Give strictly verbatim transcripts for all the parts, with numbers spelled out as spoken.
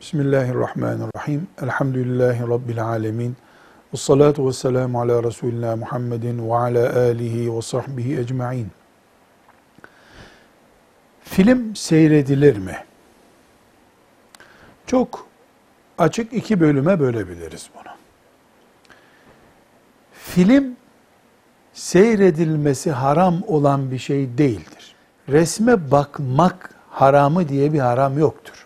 Bismillahirrahmanirrahim. Elhamdülillahi Rabbil alemin. Vessalatu vesselamu ala Resulina Muhammedin ve ala alihi ve sahbihi ecma'in. Film seyredilir mi? Çok açık iki bölüme bölebiliriz bunu. Film seyredilmesi haram olan bir şey değildir. Resme bakmak haramı diye bir haram yoktur.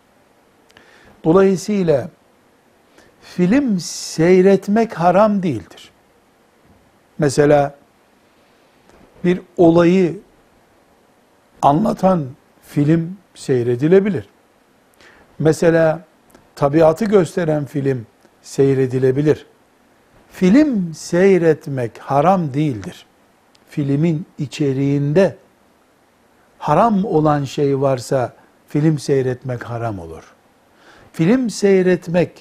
Dolayısıyla film seyretmek haram değildir. Mesela bir olayı anlatan film seyredilebilir. Mesela tabiatı gösteren film seyredilebilir. Film seyretmek haram değildir. Filmin içeriğinde haram olan şey varsa film seyretmek haram olur. Film seyretmek,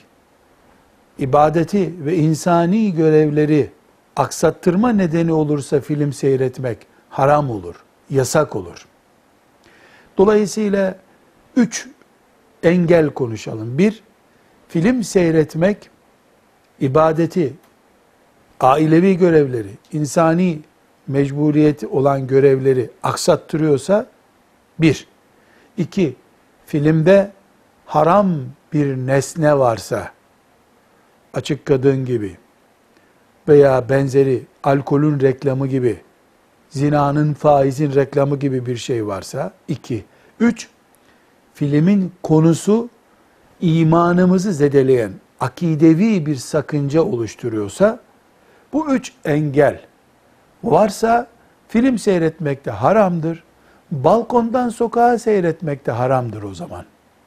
ibadeti ve insani görevleri aksattırma nedeni olursa film seyretmek haram olur, yasak olur. Dolayısıyla üç engel konuşalım. Bir, film seyretmek, ibadeti, ailevi görevleri, insani mecburiyeti olan görevleri aksattırıyorsa, bir. İki, filmde haram bir nesne varsa, açık kadın gibi veya benzeri alkolün reklamı gibi, zinanın, faizin reklamı gibi bir şey varsa, iki. Üç, filmin konusu imanımızı zedeleyen, akidevi bir sakınca oluşturuyorsa, bu üç engel varsa film seyretmek de haramdır. Balkondan sokağa seyretmek de haramdır o zaman.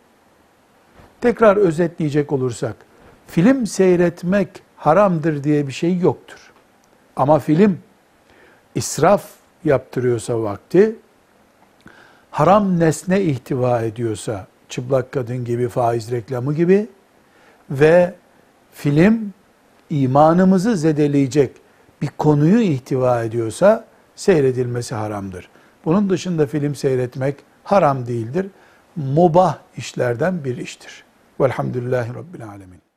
Tekrar özetleyecek olursak, film seyretmek haramdır diye bir şey yoktur. Ama film israf yaptırıyorsa vakti, haram nesne ihtiva ediyorsa, çıplak kadın gibi, faiz reklamı gibi ve film imanımızı zedeleyecek bir konuyu ihtiva ediyorsa seyredilmesi haramdır. Bunun dışında film seyretmek haram değildir. Mubah işlerden bir iştir. Velhamdülillahi Rabbil alemin.